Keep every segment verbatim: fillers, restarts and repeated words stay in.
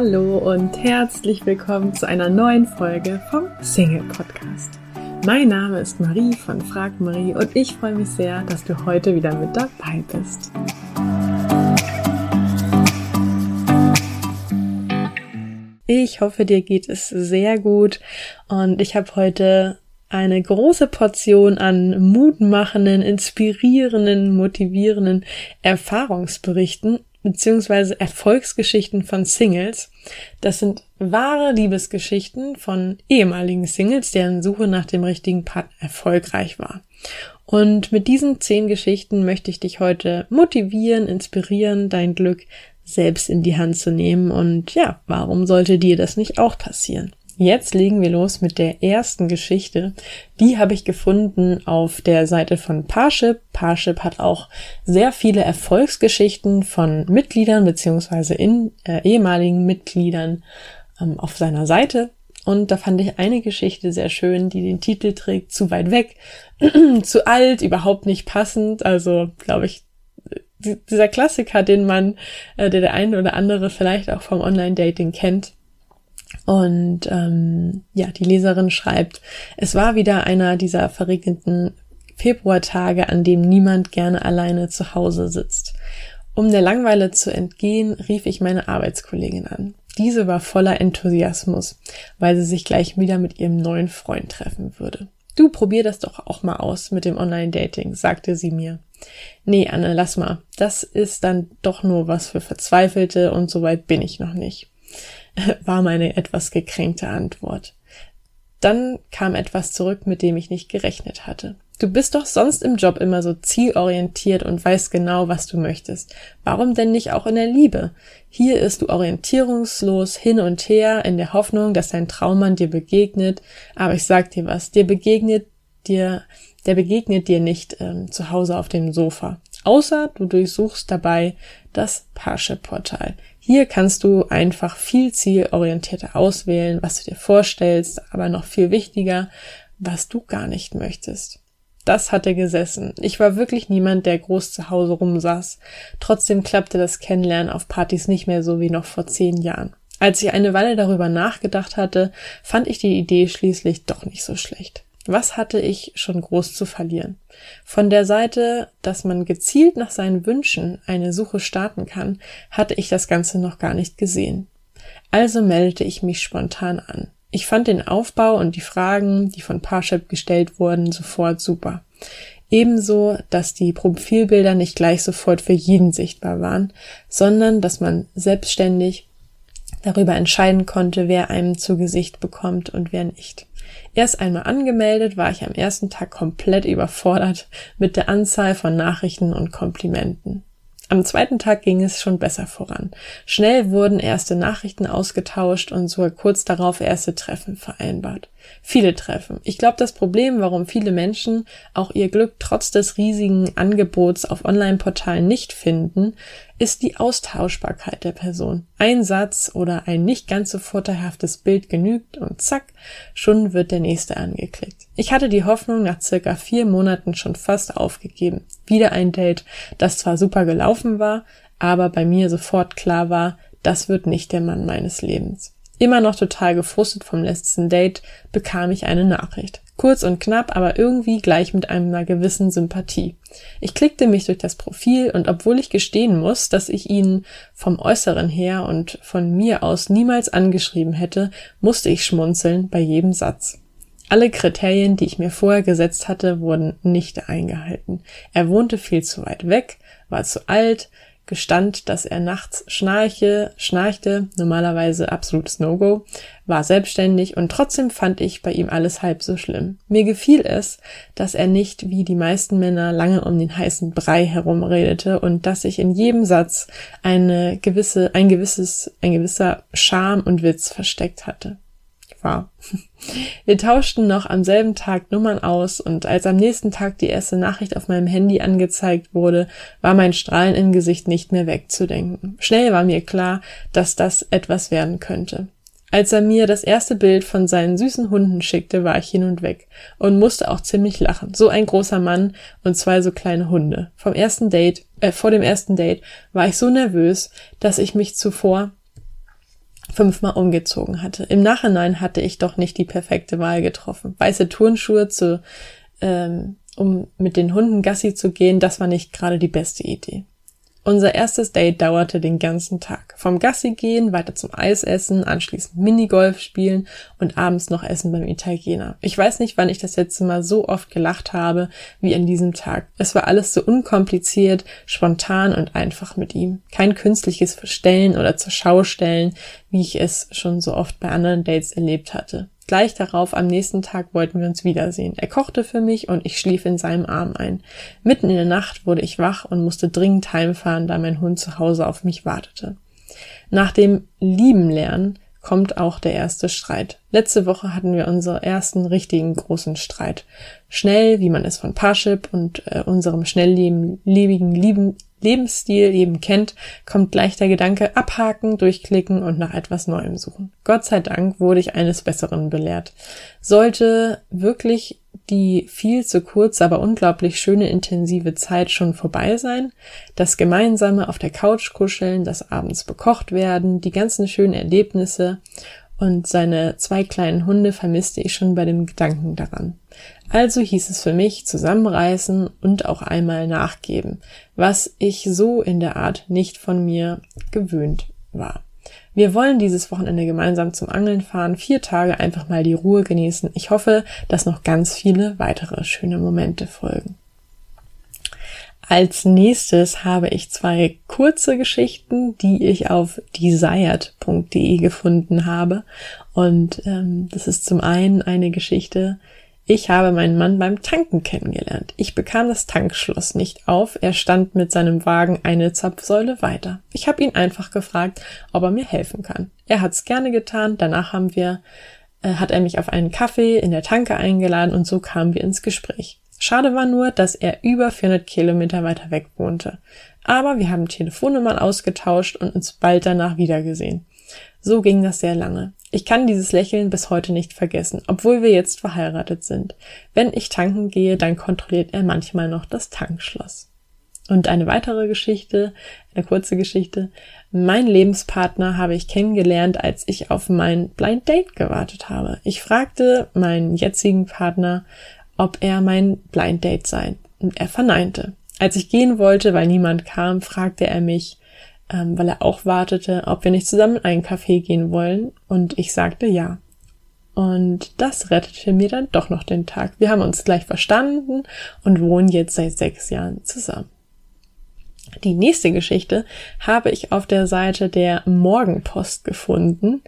Hallo und herzlich willkommen zu einer neuen Folge vom Single Podcast. Mein Name ist Marie von Frag Marie und ich freue mich sehr, dass du heute wieder mit dabei bist. Ich hoffe, dir geht es sehr gut und ich habe heute eine große Portion an mutmachenden, inspirierenden, motivierenden Erfahrungsberichten beziehungsweise Erfolgsgeschichten von Singles. Das sind wahre Liebesgeschichten von ehemaligen Singles, deren Suche nach dem richtigen Partner erfolgreich war. Und mit diesen zehn Geschichten möchte ich dich heute motivieren, inspirieren, dein Glück selbst in die Hand zu nehmen. Und ja, warum sollte dir das nicht auch passieren? Jetzt legen wir los mit der ersten Geschichte. Die habe ich gefunden auf der Seite von Parship. Parship hat auch sehr viele Erfolgsgeschichten von Mitgliedern bzw. in äh, ehemaligen Mitgliedern ähm, auf seiner Seite. Und da fand ich eine Geschichte sehr schön, die den Titel trägt: Zu weit weg, zu alt, überhaupt nicht passend. Also, glaube ich, dieser Klassiker, den man, äh, der der eine oder andere vielleicht auch vom Online-Dating kennt. Und ähm, ja, die Leserin schreibt: Es war wieder einer dieser verregneten Februartage, an dem niemand gerne alleine zu Hause sitzt. Um der Langeweile zu entgehen, rief ich meine Arbeitskollegin an. Diese war voller Enthusiasmus, weil sie sich gleich wieder mit ihrem neuen Freund treffen würde. Du, probier das doch auch mal aus mit dem Online-Dating, sagte sie mir. Nee, Anne, lass mal. Das ist dann doch nur was für Verzweifelte und so weit bin ich noch nicht, war meine etwas gekränkte Antwort. Dann kam etwas zurück, mit dem ich nicht gerechnet hatte. Du bist doch sonst im Job immer so zielorientiert und weißt genau, was du möchtest. Warum denn nicht auch in der Liebe? Hier ist du orientierungslos hin und her in der Hoffnung, dass dein Traummann dir begegnet. Aber ich sag dir was, dir begegnet dir, der begegnet dir nicht ähm, zu Hause auf dem Sofa. Außer du durchsuchst dabei das Parship-Portal. Hier kannst du einfach viel zielorientierter auswählen, was du dir vorstellst, aber noch viel wichtiger, was du gar nicht möchtest. Das hatte gesessen. Ich war wirklich niemand, der groß zu Hause rumsaß. Trotzdem klappte das Kennenlernen auf Partys nicht mehr so wie noch vor zehn Jahren. Als ich eine Weile darüber nachgedacht hatte, fand ich die Idee schließlich doch nicht so schlecht. Was hatte ich schon groß zu verlieren? Von der Seite, dass man gezielt nach seinen Wünschen eine Suche starten kann, hatte ich das Ganze noch gar nicht gesehen. Also meldete ich mich spontan an. Ich fand den Aufbau und die Fragen, die von Parship gestellt wurden, sofort super. Ebenso, dass die Profilbilder nicht gleich sofort für jeden sichtbar waren, sondern dass man selbstständig darüber entscheiden konnte, wer einem zu Gesicht bekommt und wer nicht. Erst einmal angemeldet, war ich am ersten Tag komplett überfordert mit der Anzahl von Nachrichten und Komplimenten. Am zweiten Tag ging es schon besser voran. Schnell wurden erste Nachrichten ausgetauscht und sogar kurz darauf erste Treffen vereinbart. Viele Treffen. Ich glaube, das Problem, warum viele Menschen auch ihr Glück trotz des riesigen Angebots auf Online-Portalen nicht finden, ist die Austauschbarkeit der Person. Ein Satz oder ein nicht ganz so vorteilhaftes Bild genügt und zack, schon wird der nächste angeklickt. Ich hatte die Hoffnung nach circa vier Monaten schon fast aufgegeben. Wieder ein Date, das zwar super gelaufen war, aber bei mir sofort klar war, das wird nicht der Mann meines Lebens. Immer noch total gefrustet vom letzten Date bekam ich eine Nachricht. Kurz und knapp, aber irgendwie gleich mit einer gewissen Sympathie. Ich klickte mich durch das Profil und obwohl ich gestehen muss, dass ich ihn vom Äußeren her und von mir aus niemals angeschrieben hätte, musste ich schmunzeln bei jedem Satz. Alle Kriterien, die ich mir vorher gesetzt hatte, wurden nicht eingehalten. Er wohnte viel zu weit weg, war zu alt, gestand, dass er nachts schnarche, schnarchte, normalerweise absolutes No-Go, war selbstständig und trotzdem fand ich bei ihm alles halb so schlimm. Mir gefiel es, dass er nicht wie die meisten Männer lange um den heißen Brei herumredete und dass sich in jedem Satz eine gewisse, ein gewisses, ein gewisser Charme und Witz versteckt hatte. Wow. Wir tauschten noch am selben Tag Nummern aus und als am nächsten Tag die erste Nachricht auf meinem Handy angezeigt wurde, war mein Strahlen im Gesicht nicht mehr wegzudenken. Schnell war mir klar, dass das etwas werden könnte. Als er mir das erste Bild von seinen süßen Hunden schickte, war ich hin und weg und musste auch ziemlich lachen. So ein großer Mann und zwei so kleine Hunde. Vom ersten Date, äh, vor dem ersten Date war ich so nervös, dass ich mich zuvor fünfmal umgezogen hatte. Im Nachhinein hatte ich doch nicht die perfekte Wahl getroffen. Weiße Turnschuhe zu, ähm, um mit den Hunden Gassi zu gehen, das war nicht gerade die beste Idee. Unser erstes Date dauerte den ganzen Tag. Vom Gassi gehen, weiter zum Eisessen, anschließend Minigolf spielen und abends noch Essen beim Italiener. Ich weiß nicht, wann ich das letzte Mal so oft gelacht habe wie an diesem Tag. Es war alles so unkompliziert, spontan und einfach mit ihm. Kein künstliches Verstellen oder zur Schau stellen, wie ich es schon so oft bei anderen Dates erlebt hatte. Gleich darauf, am nächsten Tag, wollten wir uns wiedersehen. Er kochte für mich und ich schlief in seinem Arm ein. Mitten in der Nacht wurde ich wach und musste dringend heimfahren, da mein Hund zu Hause auf mich wartete. Nach dem Lieben lernen kommt auch der erste Streit. Letzte Woche hatten wir unseren ersten richtigen großen Streit. Schnell, wie man es von Parship und äh, unserem schnelllebigen lieben Lebensstil eben kennt, kommt gleich der Gedanke, abhaken, durchklicken und nach etwas Neuem suchen. Gott sei Dank wurde ich eines Besseren belehrt. Sollte wirklich die viel zu kurze, aber unglaublich schöne, intensive Zeit schon vorbei sein, das gemeinsame auf der Couch kuscheln, das abends bekocht werden, die ganzen schönen Erlebnisse und seine zwei kleinen Hunde vermisste ich schon bei dem Gedanken daran. Also hieß es für mich, zusammenreißen und auch einmal nachgeben, was ich so in der Art nicht von mir gewöhnt war. Wir wollen dieses Wochenende gemeinsam zum Angeln fahren, vier Tage einfach mal die Ruhe genießen. Ich hoffe, dass noch ganz viele weitere schöne Momente folgen. Als nächstes habe ich zwei kurze Geschichten, die ich auf desired punkt de gefunden habe. Und ähm, das ist zum einen eine Geschichte: Ich habe meinen Mann beim Tanken kennengelernt. Ich bekam das Tankschloss nicht auf. Er stand mit seinem Wagen eine Zapfsäule weiter. Ich habe ihn einfach gefragt, ob er mir helfen kann. Er hat's gerne getan. Danach haben wir, äh, hat er mich auf einen Kaffee in der Tanke eingeladen und so kamen wir ins Gespräch. Schade war nur, dass er über vierhundert Kilometer weiter weg wohnte. Aber wir haben Telefonnummern ausgetauscht und uns bald danach wiedergesehen. So ging das sehr lange. Ich kann dieses Lächeln bis heute nicht vergessen, obwohl wir jetzt verheiratet sind. Wenn ich tanken gehe, dann kontrolliert er manchmal noch das Tankschloss. Und eine weitere Geschichte, eine kurze Geschichte. Mein Lebenspartner habe ich kennengelernt, als ich auf mein Blind Date gewartet habe. Ich fragte meinen jetzigen Partner, ob er mein Blind Date sei, und er verneinte. Als ich gehen wollte, weil niemand kam, fragte er mich, ähm, weil er auch wartete, ob wir nicht zusammen in einen Café gehen wollen, und ich sagte ja. Und das rettete mir dann doch noch den Tag. Wir haben uns gleich verstanden und wohnen jetzt seit sechs Jahren zusammen. Die nächste Geschichte habe ich auf der Seite der Morgenpost gefunden.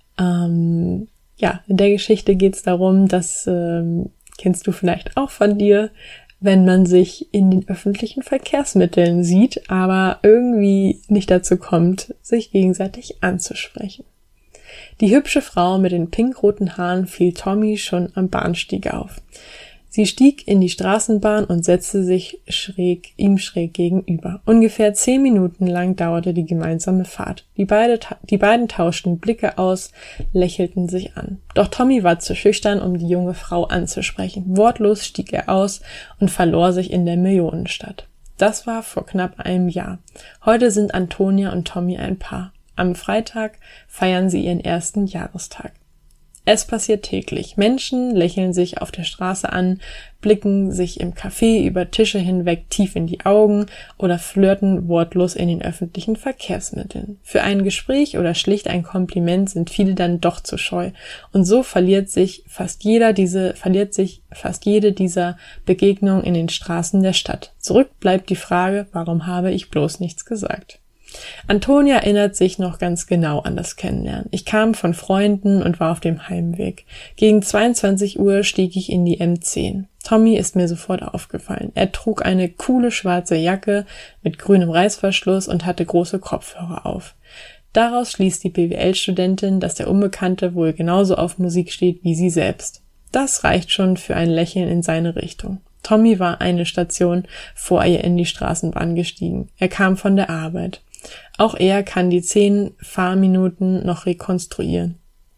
Ähm, ja, in der Geschichte geht es darum, dass ähm, kennst du vielleicht auch von dir, wenn man sich in den öffentlichen Verkehrsmitteln sieht, aber irgendwie nicht dazu kommt, sich gegenseitig anzusprechen. Die hübsche Frau mit den pinkroten Haaren fiel Tommy schon am Bahnsteig auf. Sie stieg in die Straßenbahn und setzte sich schräg, ihm schräg gegenüber. Ungefähr zehn Minuten lang dauerte die gemeinsame Fahrt. Die, beide, die beiden tauschten Blicke aus, lächelten sich an. Doch Tommy war zu schüchtern, um die junge Frau anzusprechen. Wortlos stieg er aus und verlor sich in der Millionenstadt. Das war vor knapp einem Jahr. Heute sind Antonia und Tommy ein Paar. Am Freitag feiern sie ihren ersten Jahrestag. Es passiert täglich. Menschen lächeln sich auf der Straße an, blicken sich im Café über Tische hinweg tief in die Augen oder flirten wortlos in den öffentlichen Verkehrsmitteln. Für ein Gespräch oder schlicht ein Kompliment sind viele dann doch zu scheu. Und so verliert sich fast jeder diese, verliert sich fast jede dieser Begegnungen in den Straßen der Stadt. Zurück bleibt die Frage, warum habe ich bloß nichts gesagt? Antonia erinnert sich noch ganz genau an das Kennenlernen. Ich kam von Freunden und war auf dem Heimweg. Gegen zweiundzwanzig Uhr stieg ich in die M zehn. Tommy ist mir sofort aufgefallen. Er trug eine coole schwarze Jacke mit grünem Reißverschluss und hatte große Kopfhörer auf. Daraus schließt die B W L-Studentin, dass der Unbekannte wohl genauso auf Musik steht wie sie selbst. Das reicht schon für ein Lächeln in seine Richtung. Tommy war eine Station vor ihr in die Straßenbahn gestiegen. Er kam von der Arbeit. Auch er kann die zehn Fahrminuten noch rekonstruieren.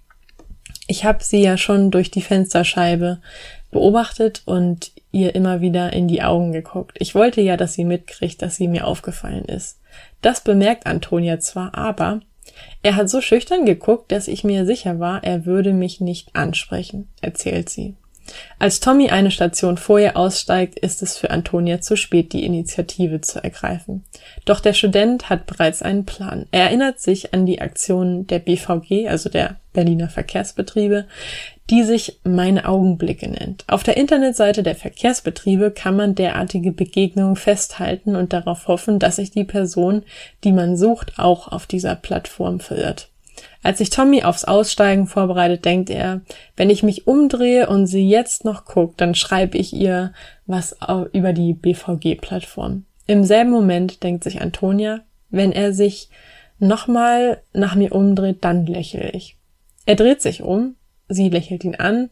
Ich habe sie ja schon durch die Fensterscheibe beobachtet und ihr immer wieder in die Augen geguckt. Ich wollte ja, dass sie mitkriegt, dass sie mir aufgefallen ist. Das bemerkt Antonia zwar, aber Er hat so schüchtern geguckt, dass ich mir sicher war, er würde mich nicht ansprechen, erzählt sie. Als Tommy eine Station vorher aussteigt, ist es für Antonia zu spät, die Initiative zu ergreifen. Doch der Student hat bereits einen Plan. Er erinnert sich an die Aktion der B V G, also der Berliner Verkehrsbetriebe, die sich Meine Augenblicke nennt. Auf der Internetseite der Verkehrsbetriebe kann man derartige Begegnungen festhalten und darauf hoffen, dass sich die Person, die man sucht, auch auf dieser Plattform verirrt. Als sich Tommy aufs Aussteigen vorbereitet, denkt er, wenn ich mich umdrehe und sie jetzt noch guckt, dann schreibe ich ihr was über die B V G-Plattform. Im selben Moment denkt sich Antonia, wenn er sich nochmal nach mir umdreht, dann lächle ich. Er dreht sich um, sie lächelt ihn an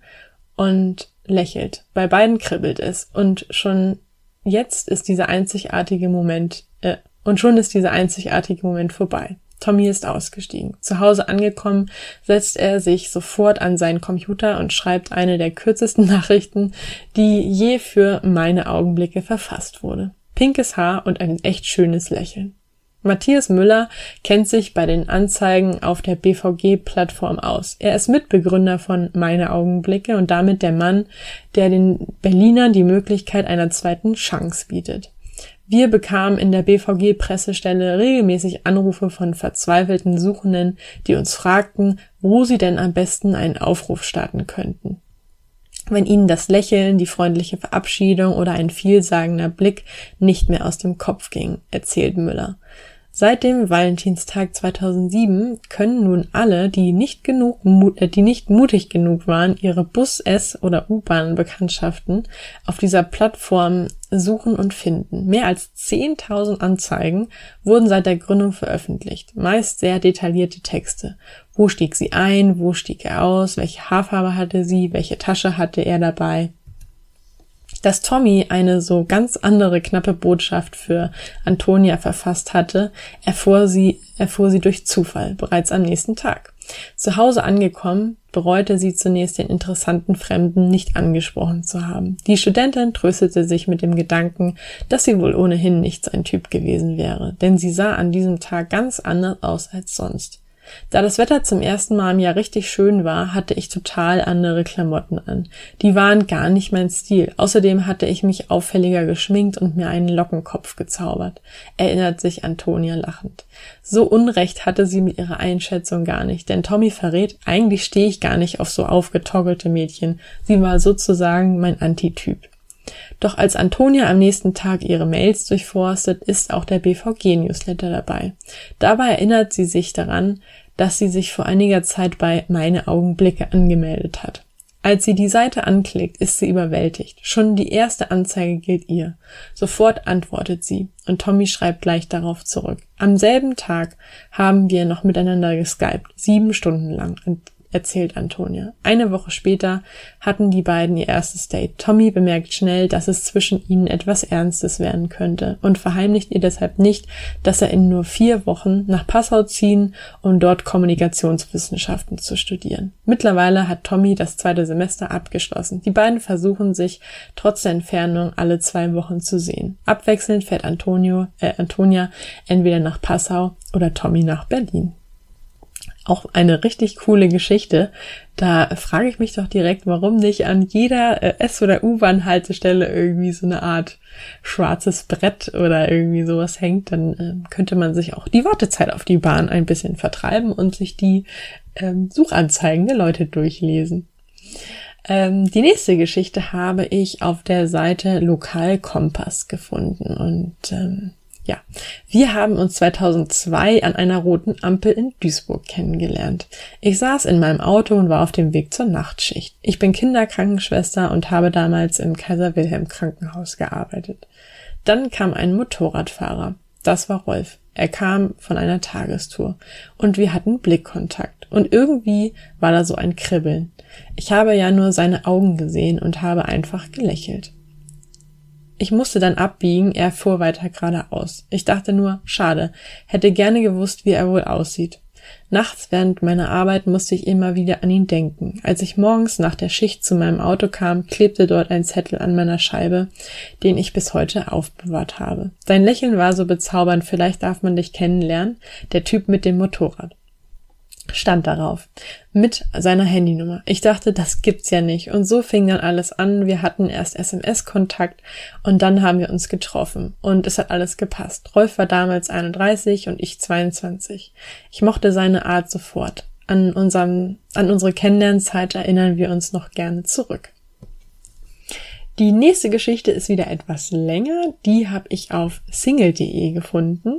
und lächelt. Bei beiden kribbelt es und schon jetzt ist dieser einzigartige Moment, äh, und schon ist dieser einzigartige Moment vorbei. Tommy ist ausgestiegen. Zu Hause angekommen, setzt er sich sofort an seinen Computer und schreibt eine der kürzesten Nachrichten, die je für Meine Augenblicke verfasst wurde. Pinkes Haar und ein echt schönes Lächeln. Matthias Müller kennt sich bei den Anzeigen auf der B V G-Plattform aus. Er ist Mitbegründer von Meine Augenblicke und damit der Mann, der den Berlinern die Möglichkeit einer zweiten Chance bietet. Wir bekamen in der B V G-Pressestelle regelmäßig Anrufe von verzweifelten Suchenden, die uns fragten, wo sie denn am besten einen Aufruf starten könnten. Wenn ihnen das Lächeln, die freundliche Verabschiedung oder ein vielsagender Blick nicht mehr aus dem Kopf ging, erzählt Müller. Seit dem Valentinstag zweitausendsieben können nun alle, die nicht genug, die nicht mutig genug waren, ihre Bus-, S- oder U-Bahn-Bekanntschaften auf dieser Plattform suchen und finden. Mehr als zehntausend Anzeigen wurden seit der Gründung veröffentlicht. Meist sehr detaillierte Texte. Wo stieg sie ein? Wo stieg er aus? Welche Haarfarbe hatte sie? Welche Tasche hatte er dabei? Dass Tommy eine so ganz andere knappe Botschaft für Antonia verfasst hatte, erfuhr sie, erfuhr sie durch Zufall, bereits am nächsten Tag. Zu Hause angekommen, bereute sie zunächst den interessanten Fremden nicht angesprochen zu haben. Die Studentin tröstete sich mit dem Gedanken, dass sie wohl ohnehin nicht sein Typ gewesen wäre, denn sie sah an diesem Tag ganz anders aus als sonst. Da das Wetter zum ersten Mal im Jahr richtig schön war, hatte ich total andere Klamotten an. Die waren gar nicht mein Stil. Außerdem hatte ich mich auffälliger geschminkt und mir einen Lockenkopf gezaubert, erinnert sich Antonia lachend. So Unrecht hatte sie mit ihrer Einschätzung gar nicht, denn Tommy verrät, eigentlich stehe ich gar nicht auf so aufgetoggelte Mädchen. Sie war sozusagen mein Antityp. Doch als Antonia am nächsten Tag ihre Mails durchforstet, ist auch der B V G-Newsletter dabei. Dabei erinnert sie sich daran, dass sie sich vor einiger Zeit bei Meine Augenblicke angemeldet hat. Als sie die Seite anklickt, ist sie überwältigt. Schon die erste Anzeige gilt ihr. Sofort antwortet sie und Tommy schreibt gleich darauf zurück. Am selben Tag haben wir noch miteinander geskypt, sieben Stunden lang, erzählt Antonia. Eine Woche später hatten die beiden ihr erstes Date. Tommy bemerkt schnell, dass es zwischen ihnen etwas Ernstes werden könnte und verheimlicht ihr deshalb nicht, dass er in nur vier Wochen nach Passau ziehen, um dort Kommunikationswissenschaften zu studieren. Mittlerweile hat Tommy das zweite Semester abgeschlossen. Die beiden versuchen sich trotz der Entfernung alle zwei Wochen zu sehen. Abwechselnd fährt Antonio, äh, Antonia entweder nach Passau oder Tommy nach Berlin. Auch eine richtig coole Geschichte. Da frage ich mich doch direkt, warum nicht an jeder äh, S- oder U-Bahn-Haltestelle irgendwie so eine Art schwarzes Brett oder irgendwie sowas hängt. Dann äh, könnte man sich auch die Wartezeit auf die Bahn ein bisschen vertreiben und sich die ähm, Suchanzeigen der Leute durchlesen. Ähm, die nächste Geschichte habe ich auf der Seite Lokalkompass gefunden und ähm, Ja, wir haben uns zweitausendzwei an einer roten Ampel in Duisburg kennengelernt. Ich saß in meinem Auto und war auf dem Weg zur Nachtschicht. Ich bin Kinderkrankenschwester und habe damals im Kaiser-Wilhelm-Krankenhaus gearbeitet. Dann kam ein Motorradfahrer. Das war Rolf. Er kam von einer Tagestour und wir hatten Blickkontakt. Und irgendwie war da so ein Kribbeln. Ich habe ja nur seine Augen gesehen und habe einfach gelächelt. Ich musste dann abbiegen, er fuhr weiter geradeaus. Ich dachte nur, schade, hätte gerne gewusst, wie er wohl aussieht. Nachts während meiner Arbeit musste ich immer wieder an ihn denken. Als ich morgens nach der Schicht zu meinem Auto kam, klebte dort ein Zettel an meiner Scheibe, den ich bis heute aufbewahrt habe. Dein Lächeln war so bezaubernd, vielleicht darf man dich kennenlernen, der Typ mit dem Motorrad. stand darauf, mit seiner Handynummer. Ich dachte, das gibt's ja nicht. Und so fing dann alles an. Wir hatten erst S M S-Kontakt und dann haben wir uns getroffen. Und es hat alles gepasst. Rolf war damals einunddreißig und ich zweiundzwanzig. Ich mochte seine Art sofort. An unserem, an unsere Kennenlernzeit erinnern wir uns noch gerne zurück. Die nächste Geschichte ist wieder etwas länger. Die habe ich auf single punkt de gefunden.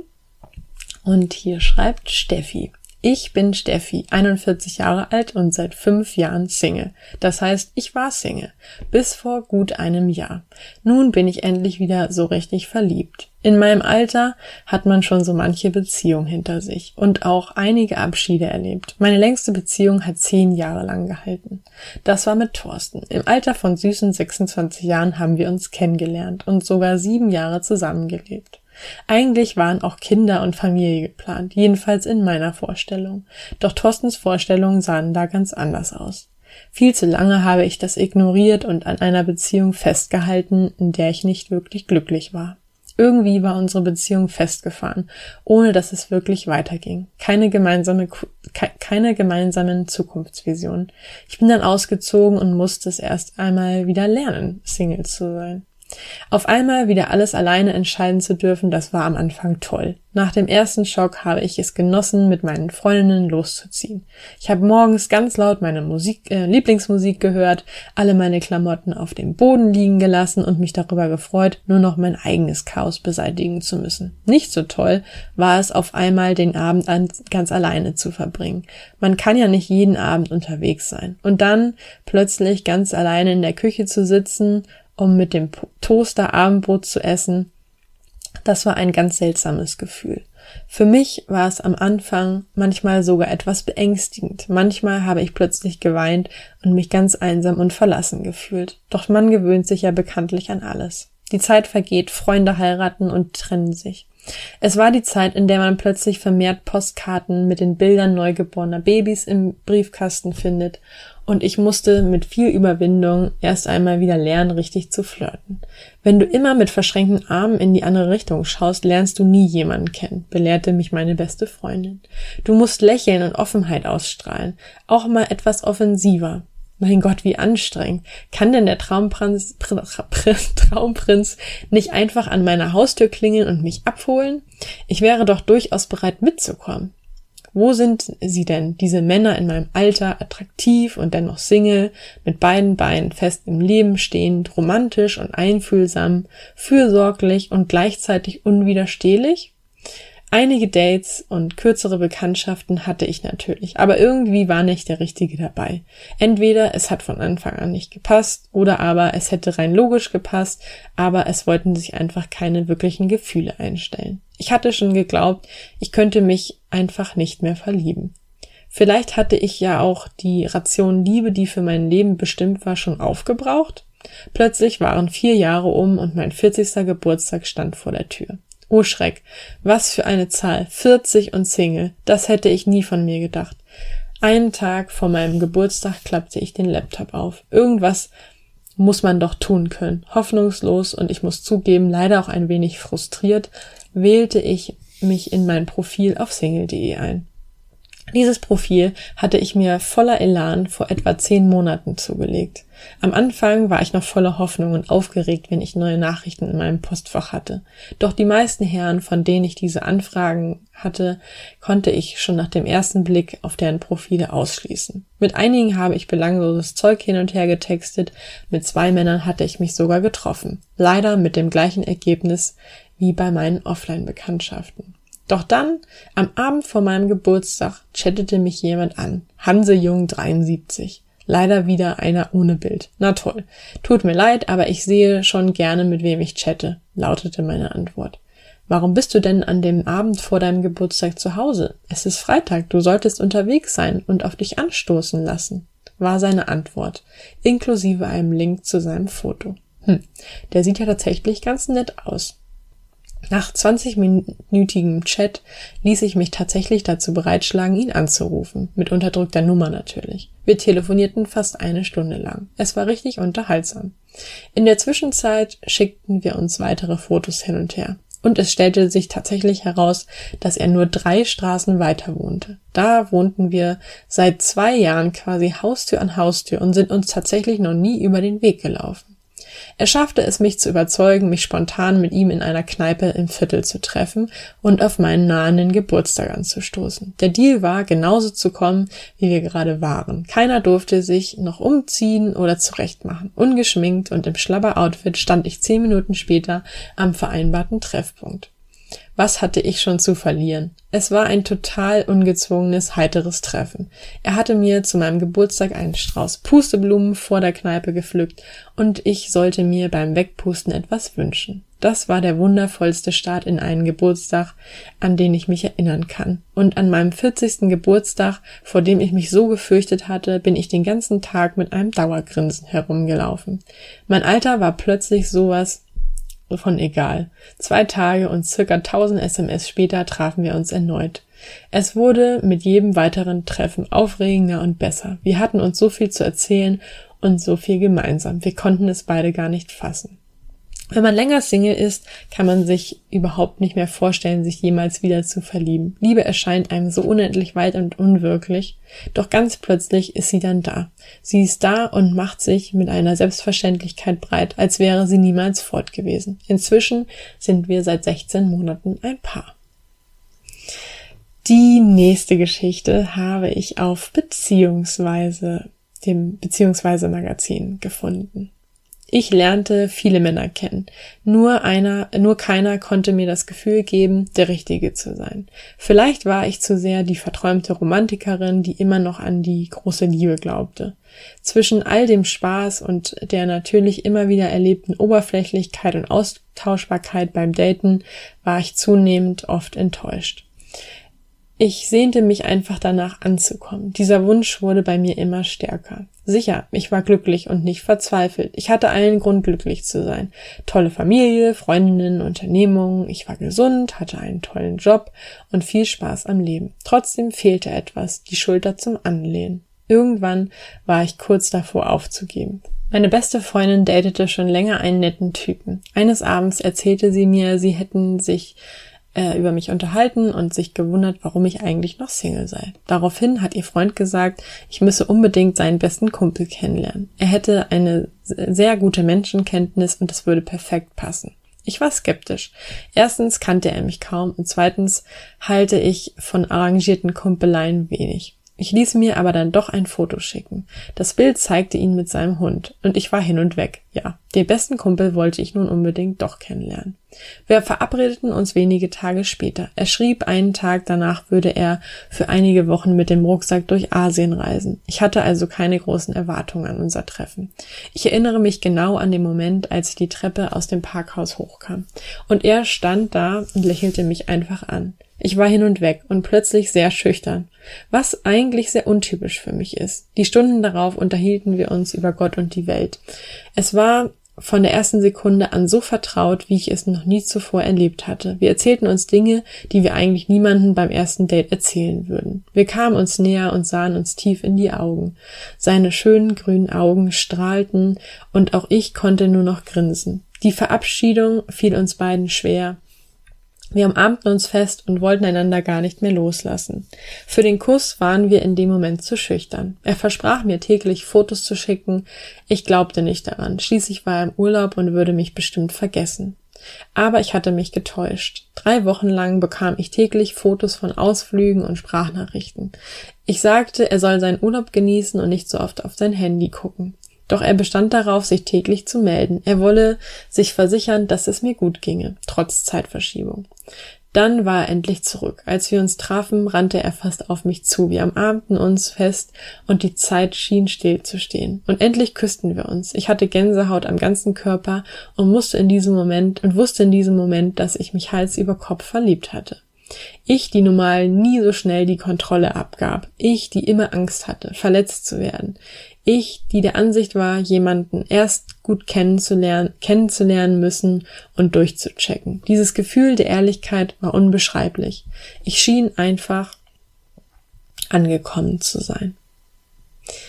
Und hier schreibt Steffi. Ich bin Steffi, einundvierzig Jahre alt und seit fünf Jahren Single. Das heißt, ich war Single. Bis vor gut einem Jahr. Nun bin ich endlich wieder so richtig verliebt. In meinem Alter hat man schon so manche Beziehung hinter sich und auch einige Abschiede erlebt. Meine längste Beziehung hat zehn Jahre lang gehalten. Das war mit Thorsten. Im Alter von süßen sechsundzwanzig Jahren haben wir uns kennengelernt und sogar sieben Jahre zusammengelebt. Eigentlich waren auch Kinder und Familie geplant, jedenfalls in meiner Vorstellung. Doch Thorstens Vorstellungen sahen da ganz anders aus. Viel zu lange habe ich das ignoriert und an einer Beziehung festgehalten, in der ich nicht wirklich glücklich war. Irgendwie war unsere Beziehung festgefahren, ohne dass es wirklich weiterging. Keine gemeinsame, ke- keine gemeinsamen Zukunftsvisionen. Ich bin dann ausgezogen und musste es erst einmal wieder lernen, Single zu sein. Auf einmal wieder alles alleine entscheiden zu dürfen, das war am Anfang toll. Nach dem ersten Schock habe ich es genossen, mit meinen Freundinnen loszuziehen. Ich habe morgens ganz laut meine Musik, äh, Lieblingsmusik gehört, alle meine Klamotten auf dem Boden liegen gelassen und mich darüber gefreut, nur noch mein eigenes Chaos beseitigen zu müssen. Nicht so toll war es auf einmal, den Abend an, ganz alleine zu verbringen. Man kann ja nicht jeden Abend unterwegs sein. Und dann plötzlich ganz alleine in der Küche zu sitzen, um mit dem Toaster Abendbrot zu essen, das war ein ganz seltsames Gefühl. Für mich war es am Anfang manchmal sogar etwas beängstigend. Manchmal habe ich plötzlich geweint und mich ganz einsam und verlassen gefühlt. Doch man gewöhnt sich ja bekanntlich an alles. Die Zeit vergeht, Freunde heiraten und trennen sich. Es war die Zeit, in der man plötzlich vermehrt Postkarten mit den Bildern neugeborener Babys im Briefkasten findet. Und ich musste mit viel Überwindung erst einmal wieder lernen, richtig zu flirten. Wenn du immer mit verschränkten Armen in die andere Richtung schaust, lernst du nie jemanden kennen, belehrte mich meine beste Freundin. Du musst lächeln und Offenheit ausstrahlen, auch mal etwas offensiver. Mein Gott, wie anstrengend. Kann denn der Traumprinz, Traumprinz nicht einfach an meiner Haustür klingeln und mich abholen? Ich wäre doch durchaus bereit mitzukommen. Wo sind sie denn, diese Männer in meinem Alter, attraktiv und dennoch Single, mit beiden Beinen fest im Leben stehend, romantisch und einfühlsam, fürsorglich und gleichzeitig unwiderstehlich? Einige Dates und kürzere Bekanntschaften hatte ich natürlich, aber irgendwie war nicht der Richtige dabei. Entweder es hat von Anfang an nicht gepasst, oder aber es hätte rein logisch gepasst, aber es wollten sich einfach keine wirklichen Gefühle einstellen. Ich hatte schon geglaubt, ich könnte mich einfach nicht mehr verlieben. Vielleicht hatte ich ja auch die Ration Liebe, die für mein Leben bestimmt war, schon aufgebraucht. Plötzlich waren vier Jahre um und mein vierzigster Geburtstag stand vor der Tür. Oh Schreck, was für eine Zahl, vierzig und Single, das hätte ich nie von mir gedacht. Einen Tag vor meinem Geburtstag klappte ich den Laptop auf. Irgendwas muss man doch tun können. Hoffnungslos und ich muss zugeben, leider auch ein wenig frustriert, wählte ich mich in mein Profil auf single punkt de ein. Dieses Profil hatte ich mir voller Elan vor etwa zehn Monaten zugelegt. Am Anfang war ich noch voller Hoffnung und aufgeregt, wenn ich neue Nachrichten in meinem Postfach hatte. Doch die meisten Herren, von denen ich diese Anfragen hatte, konnte ich schon nach dem ersten Blick auf deren Profile ausschließen. Mit einigen habe ich belangloses Zeug hin und her getextet, mit zwei Männern hatte ich mich sogar getroffen. Leider mit dem gleichen Ergebnis wie bei meinen Offline-Bekanntschaften. Doch dann, am Abend vor meinem Geburtstag, chattete mich jemand an. Hansejung dreiundsiebzig. Leider wieder einer ohne Bild. Na toll. Tut mir leid, aber ich sehe schon gerne, mit wem ich chatte, lautete meine Antwort. Warum bist du denn an dem Abend vor deinem Geburtstag zu Hause? Es ist Freitag, du solltest unterwegs sein und auf dich anstoßen lassen, war seine Antwort, inklusive einem Link zu seinem Foto. Hm, der sieht ja tatsächlich ganz nett aus. Nach zwanzigminütigem Chat ließ ich mich tatsächlich dazu bereitschlagen, ihn anzurufen. Mit unterdrückter Nummer natürlich. Wir telefonierten fast eine Stunde lang. Es war richtig unterhaltsam. In der Zwischenzeit schickten wir uns weitere Fotos hin und her. Und es stellte sich tatsächlich heraus, dass er nur drei Straßen weiter wohnte. Da wohnten wir seit zwei Jahren quasi Haustür an Haustür und sind uns tatsächlich noch nie über den Weg gelaufen. Er schaffte es, mich zu überzeugen, mich spontan mit ihm in einer Kneipe im Viertel zu treffen und auf meinen nahenden Geburtstag anzustoßen. Der Deal war, genauso zu kommen, wie wir gerade waren. Keiner durfte sich noch umziehen oder zurechtmachen. Ungeschminkt und im Schlabber-Outfit stand ich zehn Minuten später am vereinbarten Treffpunkt. Was hatte ich schon zu verlieren? Es war ein total ungezwungenes, heiteres Treffen. Er hatte mir zu meinem Geburtstag einen Strauß Pusteblumen vor der Kneipe gepflückt und ich sollte mir beim Wegpusten etwas wünschen. Das war der wundervollste Start in einen Geburtstag, an den ich mich erinnern kann. Und an meinem vierzigsten Geburtstag, vor dem ich mich so gefürchtet hatte, bin ich den ganzen Tag mit einem Dauergrinsen herumgelaufen. Mein Alter war plötzlich sowas von egal. Zwei Tage und circa tausend S M S später trafen wir uns erneut. Es wurde mit jedem weiteren Treffen aufregender und besser. Wir hatten uns so viel zu erzählen und so viel gemeinsam. Wir konnten es beide gar nicht fassen. Wenn man länger Single ist, kann man sich überhaupt nicht mehr vorstellen, sich jemals wieder zu verlieben. Liebe erscheint einem so unendlich weit und unwirklich, doch ganz plötzlich ist sie dann da. Sie ist da und macht sich mit einer Selbstverständlichkeit breit, als wäre sie niemals fort gewesen. Inzwischen sind wir seit sechzehn Monaten ein Paar. Die nächste Geschichte habe ich auf beziehungsweise dem beziehungsweise Magazin gefunden. Ich lernte viele Männer kennen. Nur einer, nur keiner konnte mir das Gefühl geben, der Richtige zu sein. Vielleicht war ich zu sehr die verträumte Romantikerin, die immer noch an die große Liebe glaubte. Zwischen all dem Spaß und der natürlich immer wieder erlebten Oberflächlichkeit und Austauschbarkeit beim Daten war ich zunehmend oft enttäuscht. Ich sehnte mich einfach danach anzukommen. Dieser Wunsch wurde bei mir immer stärker. Sicher, ich war glücklich und nicht verzweifelt. Ich hatte allen Grund, glücklich zu sein. Tolle Familie, Freundinnen, Unternehmungen. Ich war gesund, hatte einen tollen Job und viel Spaß am Leben. Trotzdem fehlte etwas, die Schulter zum Anlehnen. Irgendwann war ich kurz davor aufzugeben. Meine beste Freundin datete schon länger einen netten Typen. Eines Abends erzählte sie mir, sie hätten sich über mich unterhalten und sich gewundert, warum ich eigentlich noch Single sei. Daraufhin hat ihr Freund gesagt, ich müsse unbedingt seinen besten Kumpel kennenlernen. Er hätte eine sehr gute Menschenkenntnis und es würde perfekt passen. Ich war skeptisch. Erstens kannte er mich kaum und zweitens halte ich von arrangierten Kumpeleien wenig. Ich ließ mir aber dann doch ein Foto schicken. Das Bild zeigte ihn mit seinem Hund und ich war hin und weg. Ja, den besten Kumpel wollte ich nun unbedingt doch kennenlernen. Wir verabredeten uns wenige Tage später. Er schrieb, einen Tag danach würde er für einige Wochen mit dem Rucksack durch Asien reisen. Ich hatte also keine großen Erwartungen an unser Treffen. Ich erinnere mich genau an den Moment, als ich die Treppe aus dem Parkhaus hochkam. Und er stand da und lächelte mich einfach an. Ich war hin und weg und plötzlich sehr schüchtern, was eigentlich sehr untypisch für mich ist. Die Stunden darauf unterhielten wir uns über Gott und die Welt. Es war von der ersten Sekunde an so vertraut, wie ich es noch nie zuvor erlebt hatte. Wir erzählten uns Dinge, die wir eigentlich niemandem beim ersten Date erzählen würden. Wir kamen uns näher und sahen uns tief in die Augen. Seine schönen grünen Augen strahlten und auch ich konnte nur noch grinsen. Die Verabschiedung fiel uns beiden schwer. Wir umarmten uns fest und wollten einander gar nicht mehr loslassen. Für den Kuss waren wir in dem Moment zu schüchtern. Er versprach mir täglich Fotos zu schicken. Ich glaubte nicht daran. Schließlich war er im Urlaub und würde mich bestimmt vergessen. Aber ich hatte mich getäuscht. Drei Wochen lang bekam ich täglich Fotos von Ausflügen und Sprachnachrichten. Ich sagte, er soll seinen Urlaub genießen und nicht so oft auf sein Handy gucken. Doch er bestand darauf, sich täglich zu melden. Er wolle sich versichern, dass es mir gut ginge, trotz Zeitverschiebung. Dann war er endlich zurück. Als wir uns trafen, rannte er fast auf mich zu. Wir umarmten uns fest und die Zeit schien stillzustehen. Und endlich küssten wir uns. Ich hatte Gänsehaut am ganzen Körper und musste in diesem Moment und wusste in diesem Moment, dass ich mich Hals über Kopf verliebt hatte. Ich, die normal nie so schnell die Kontrolle abgab. Ich, die immer Angst hatte, verletzt zu werden. Ich, die der Ansicht war, jemanden erst gut kennenzulernen, kennenzulernen müssen und durchzuchecken. Dieses Gefühl der Ehrlichkeit war unbeschreiblich. Ich schien einfach angekommen zu sein.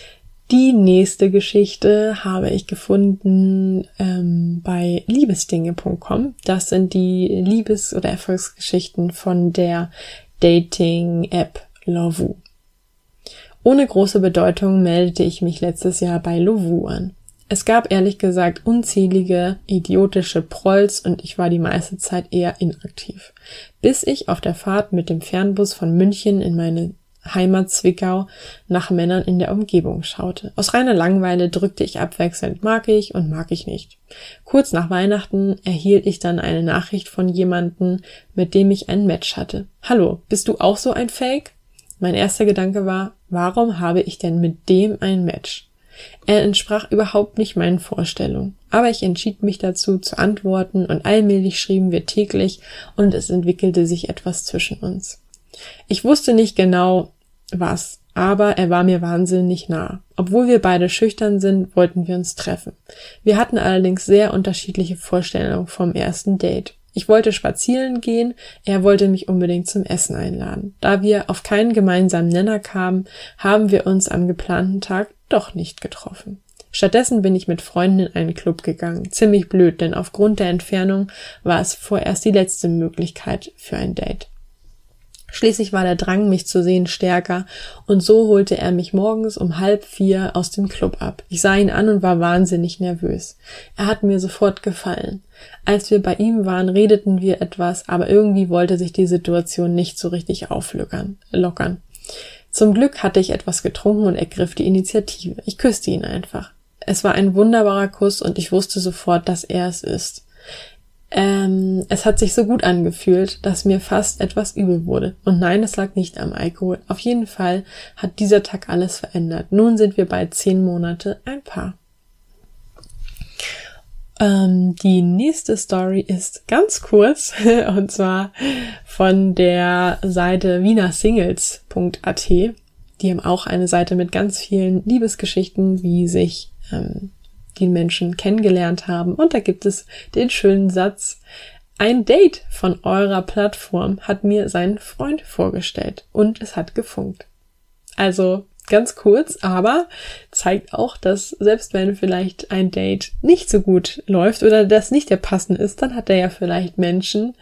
Die nächste Geschichte habe ich gefunden ähm, bei liebesdinge punkt com. Das sind die Liebes- oder Erfolgsgeschichten von der Dating-App Lovoo. Ohne große Bedeutung meldete ich mich letztes Jahr bei Lovoo an. Es gab ehrlich gesagt unzählige idiotische Prolls und ich war die meiste Zeit eher inaktiv. Bis ich auf der Fahrt mit dem Fernbus von München in meine Heimat Zwickau nach Männern in der Umgebung schaute. Aus reiner Langeweile drückte ich abwechselnd mag ich und mag ich nicht. Kurz nach Weihnachten erhielt ich dann eine Nachricht von jemandem, mit dem ich ein Match hatte. Hallo, bist du auch so ein Fake? Mein erster Gedanke war, warum habe ich denn mit dem ein Match? Er entsprach überhaupt nicht meinen Vorstellungen, aber ich entschied mich dazu zu antworten und allmählich schrieben wir täglich und es entwickelte sich etwas zwischen uns. Ich wusste nicht genau, was, aber er war mir wahnsinnig nah. Obwohl wir beide schüchtern sind, wollten wir uns treffen. Wir hatten allerdings sehr unterschiedliche Vorstellungen vom ersten Date. Ich wollte spazieren gehen, er wollte mich unbedingt zum Essen einladen. Da wir auf keinen gemeinsamen Nenner kamen, haben wir uns am geplanten Tag doch nicht getroffen. Stattdessen bin ich mit Freunden in einen Club gegangen. Ziemlich blöd, denn aufgrund der Entfernung war es vorerst die letzte Möglichkeit für ein Date. Schließlich war der Drang, mich zu sehen, stärker und so holte er mich morgens um halb vier aus dem Club ab. Ich sah ihn an und war wahnsinnig nervös. Er hat mir sofort gefallen. Als wir bei ihm waren, redeten wir etwas, aber irgendwie wollte sich die Situation nicht so richtig auflockern. lockern. Zum Glück hatte ich etwas getrunken und ergriff die Initiative. Ich küsste ihn einfach. Es war ein wunderbarer Kuss und ich wusste sofort, dass er es ist. Ähm, es hat sich so gut angefühlt, dass mir fast etwas übel wurde. Und nein, es lag nicht am Alkohol. Auf jeden Fall hat dieser Tag alles verändert. Nun sind wir bald zehn Monate ein Paar. Ähm, die nächste Story ist ganz kurz und zwar von der Seite wiener singles punkt a t. Die haben auch eine Seite mit ganz vielen Liebesgeschichten, wie sich ähm, die Menschen kennengelernt haben. Und da gibt es den schönen Satz: Ein Date von eurer Plattform hat mir seinen Freund vorgestellt und es hat gefunkt. Also ganz kurz, aber zeigt auch, dass selbst wenn vielleicht ein Date nicht so gut läuft oder das nicht der passende ist, dann hat er ja vielleicht Menschen,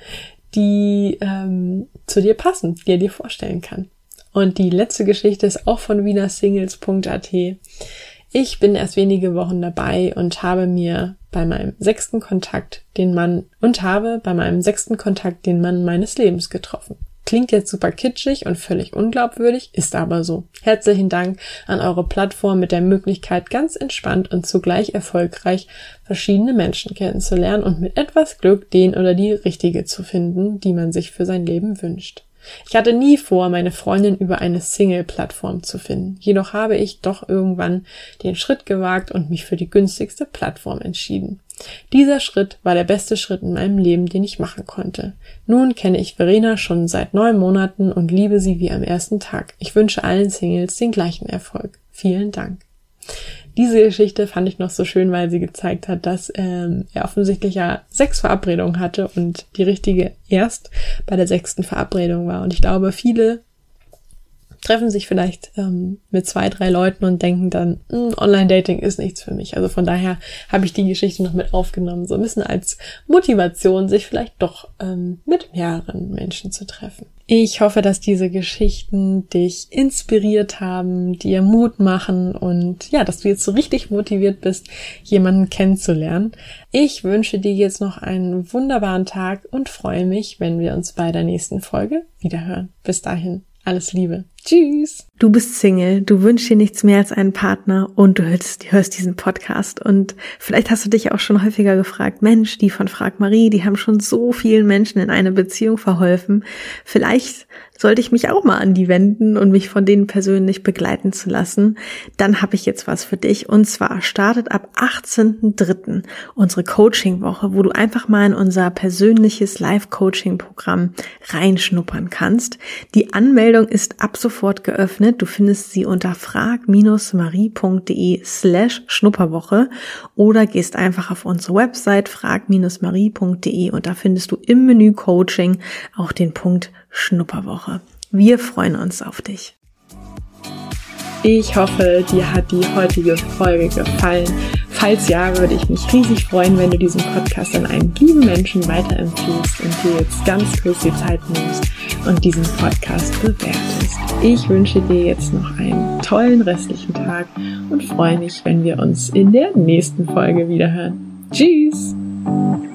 die ähm, zu dir passen, die er dir vorstellen kann. Und die letzte Geschichte ist auch von wiener singles punkt a t. Ich bin erst wenige Wochen dabei und habe mir bei meinem sechsten Kontakt den Mann und habe bei meinem sechsten Kontakt den Mann meines Lebens getroffen. Klingt jetzt super kitschig und völlig unglaubwürdig, ist aber so. Herzlichen Dank an eure Plattform mit der Möglichkeit, ganz entspannt und zugleich erfolgreich verschiedene Menschen kennenzulernen und mit etwas Glück den oder die Richtige zu finden, die man sich für sein Leben wünscht. Ich hatte nie vor, meine Freundin über eine Single-Plattform zu finden. Jedoch habe ich doch irgendwann den Schritt gewagt und mich für die günstigste Plattform entschieden. Dieser Schritt war der beste Schritt in meinem Leben, den ich machen konnte. Nun kenne ich Verena schon seit neun Monaten und liebe sie wie am ersten Tag. Ich wünsche allen Singles den gleichen Erfolg. Vielen Dank. Diese Geschichte fand ich noch so schön, weil sie gezeigt hat, dass ähm, er offensichtlich ja sechs Verabredungen hatte und die richtige erst bei der sechsten Verabredung war. Und ich glaube, viele treffen sich vielleicht ähm, mit zwei, drei Leuten und denken dann, Online-Dating ist nichts für mich. Also von daher habe ich die Geschichte noch mit aufgenommen, so ein bisschen als Motivation, sich vielleicht doch ähm, mit mehreren Menschen zu treffen. Ich hoffe, dass diese Geschichten dich inspiriert haben, dir Mut machen und ja, dass du jetzt so richtig motiviert bist, jemanden kennenzulernen. Ich wünsche dir jetzt noch einen wunderbaren Tag und freue mich, wenn wir uns bei der nächsten Folge wiederhören. Bis dahin, alles Liebe. Tschüss. Du bist Single, du wünschst dir nichts mehr als einen Partner und du hörst, hörst diesen Podcast und vielleicht hast du dich auch schon häufiger gefragt, Mensch, die von Frag Marie, die haben schon so vielen Menschen in eine Beziehung verholfen. Vielleicht sollte ich mich auch mal an die wenden und mich von denen persönlich begleiten zu lassen. Dann habe ich jetzt was für dich und zwar startet ab achtzehnten dritten unsere Coaching-Woche, wo du einfach mal in unser persönliches Live-Coaching-Programm reinschnuppern kannst. Die Anmeldung ist ab sofort geöffnet. Du findest sie unter frag-marie.de slash Schnupperwoche oder gehst einfach auf unsere Website frag-marie.de und da findest du im Menü Coaching auch den Punkt Schnupperwoche. Wir freuen uns auf dich. Ich hoffe, dir hat die heutige Folge gefallen. Falls ja, würde ich mich riesig freuen, wenn du diesen Podcast an einen lieben Menschen weiterempfiehlst und dir jetzt ganz kurz die Zeit nimmst und diesen Podcast bewertest. Ich wünsche dir jetzt noch einen tollen restlichen Tag und freue mich, wenn wir uns in der nächsten Folge wiederhören. Tschüss!